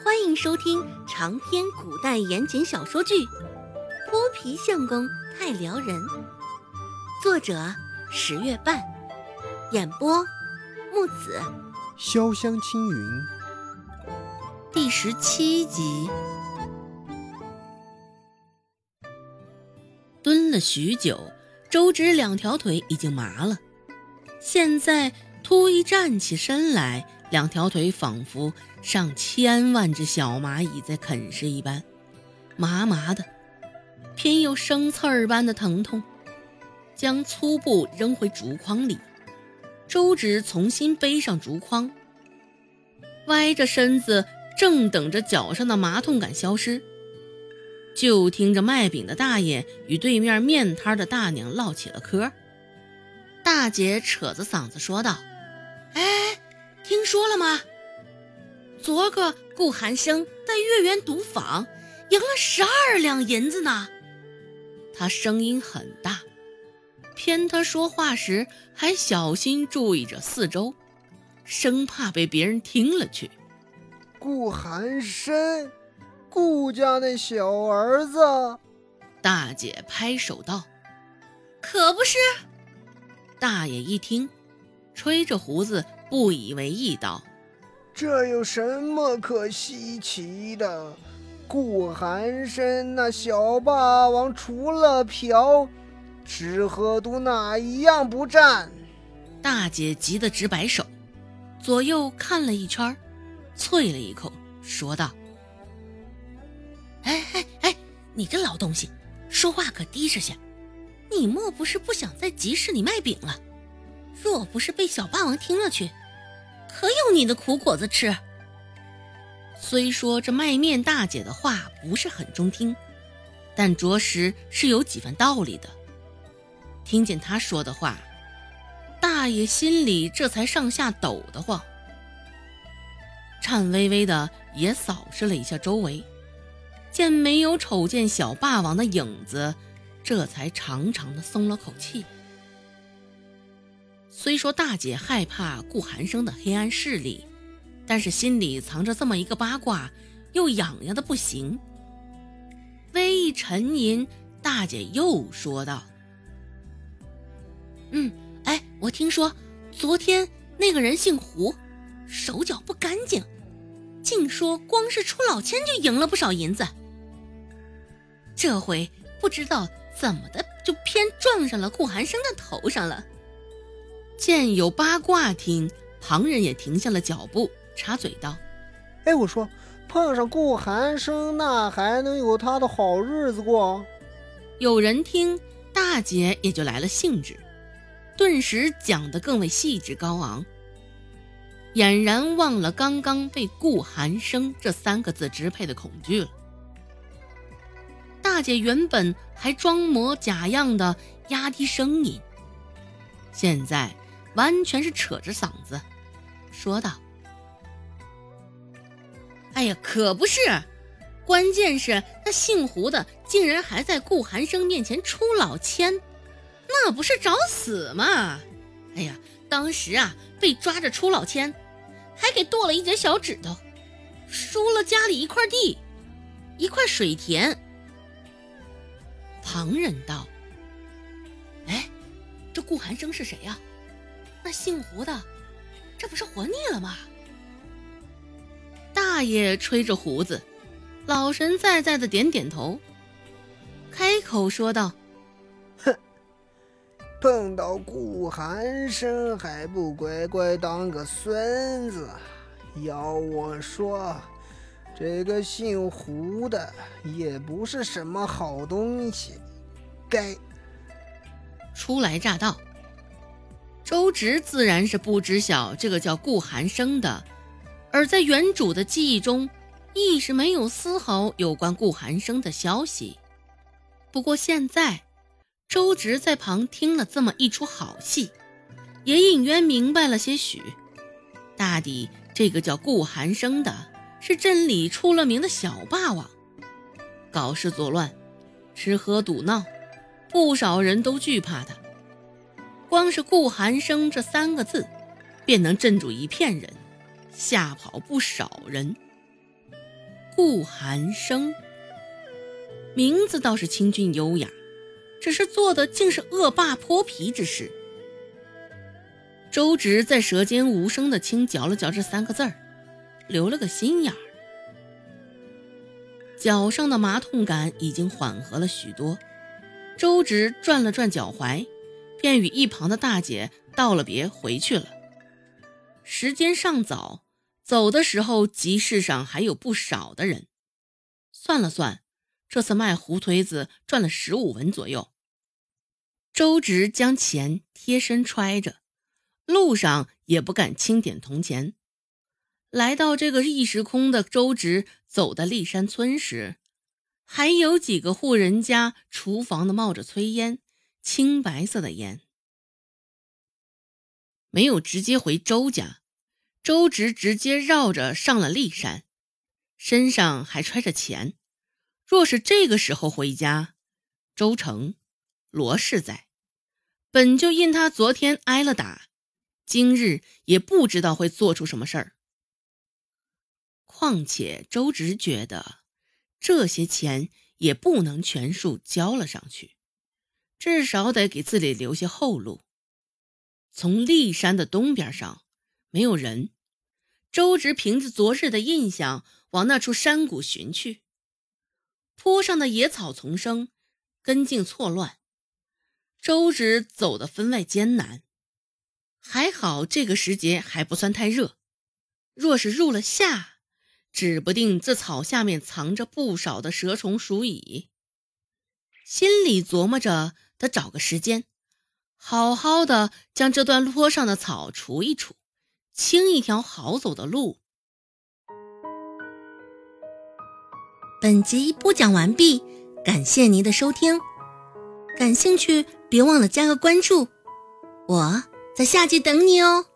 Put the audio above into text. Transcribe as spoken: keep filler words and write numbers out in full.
欢迎收听长篇古代言情小说剧《剥皮相公太撩人》，作者十月半，演播木子潇湘青云， 第十七集。蹲了许久，周芷两条腿已经麻了，现在突一站起身来，两条腿仿佛上千万只小蚂蚁在啃食一般，麻麻的，偏有生刺儿般的疼痛。将粗布扔回竹筐里，周芷重新背上竹筐，歪着身子正等着脚上的麻痛感消失，就听着卖饼的大爷与对面面摊的大娘唠起了嗑。大姐扯着嗓子说道：哎，听说了吗？昨个顾寒生在月园赌坊赢了十二两银子呢。她声音很大，偏她说话时还小心注意着四周，生怕被别人听了去。 顾寒生，顾家那小儿子。 大姐拍手道：可不是。大爷一听，吹着胡子不以为意道： 这有什么可稀奇的？顾寒生那小霸王除了嫖，吃喝赌哪一样不占？ 大姐急得直摆手，左右看了一圈，啐了一口，说道：哎哎哎，你这老东西，说话可低着些。你莫不是不想在集市里卖饼了？若不是被小霸王听了去，可有你的苦果子吃。虽说这卖面大姐的话不是很中听，但着实是有几分道理的。听见她说的话，大爷心里这才上下抖得慌，颤巍巍的也扫视了一下周围，见没有瞅见小霸王的影子，这才长长的松了口气。虽说大姐害怕顾寒生的黑暗势力，但是心里藏着这么一个八卦，又痒痒的不行。微一沉吟，大姐又说道：嗯，哎，我听说昨天那个人姓胡，手脚不干净，竟说光是出老千就赢了不少银子。这回不知道怎么的就偏撞上了顾寒生的头上了。见有八卦听，旁人也停下了脚步，插嘴道： 哎，我说碰上顾寒生，那还能有他的好日子过？ 有人听，大姐也就来了兴致，顿时讲得更为细致高昂，俨然忘了刚刚被顾寒生这三个字支配的恐惧了。大姐原本还装模假样的压低声音，现在完全是扯着嗓子说道：哎呀，可不是，关键是那姓胡的竟然还在顾寒生面前出老千，那不是找死吗？哎呀，当时啊被抓着出老千，还给剁了一截小指头，输了家里一块地，一块水田。旁人道：哎，这顾寒生是谁呀？那姓胡的，这不是活腻了吗？大爷吹着胡子，老神在在的点点头，开口说道： 哼，碰到顾寒生还不乖乖当个孙子？要我说，这个姓胡的也不是什么好东西，该初来乍到。周芷自然是不知晓这个叫顾寒生的，而在原主的记忆中亦是没有丝毫有关顾寒生的消息。不过现在周芷在旁听了这么一出好戏，也隐约明白了些许。大抵这个叫顾寒生的是镇里出了名的小霸王，搞事作乱，吃喝赌闹，不少人都惧怕他。光是顾寒生这三个字便能镇住一片人，吓跑不少人。 顾寒生。名字倒是清俊优雅，只是做的竟是恶霸泼皮之事。周直在舌尖无声地轻嚼了嚼这三个字儿，留了个心眼儿。脚上的麻痛感已经缓和了许多，周直转了转脚踝，便与一旁的大姐道了别回去了。时间尚早，走的时候集市上还有不少的人。算了算，这次卖胡推子赚了十五文左右。周直将钱贴身揣着，路上也不敢轻点铜钱。来到这个一时空的周直走到立山村时，还有几个户人家厨房的冒着炊烟，青白色的烟。没有直接回周家，周直直接绕着上了立山，身上还揣着钱。若是这个时候回家，周成、罗氏在，本就因他昨天挨了打，今日也不知道会做出什么事儿。况且周直觉得这些钱也不能全数交了上去，至少得给自己留些后路。从骊山的东边上没有人，周直凭着昨日的印象往那处山谷寻去。坡上的野草丛生，根茎错乱，周直走得分外艰难。还好这个时节还不算太热，若是入了夏，指不定这草下面藏着不少的蛇虫鼠蚁。心里琢磨着得找个时间，好好的将这段坡上的草除一除，清一条好走的路。 本集播讲完毕，感谢您的收听。感兴趣别忘了加个关注，我在下集等你哦。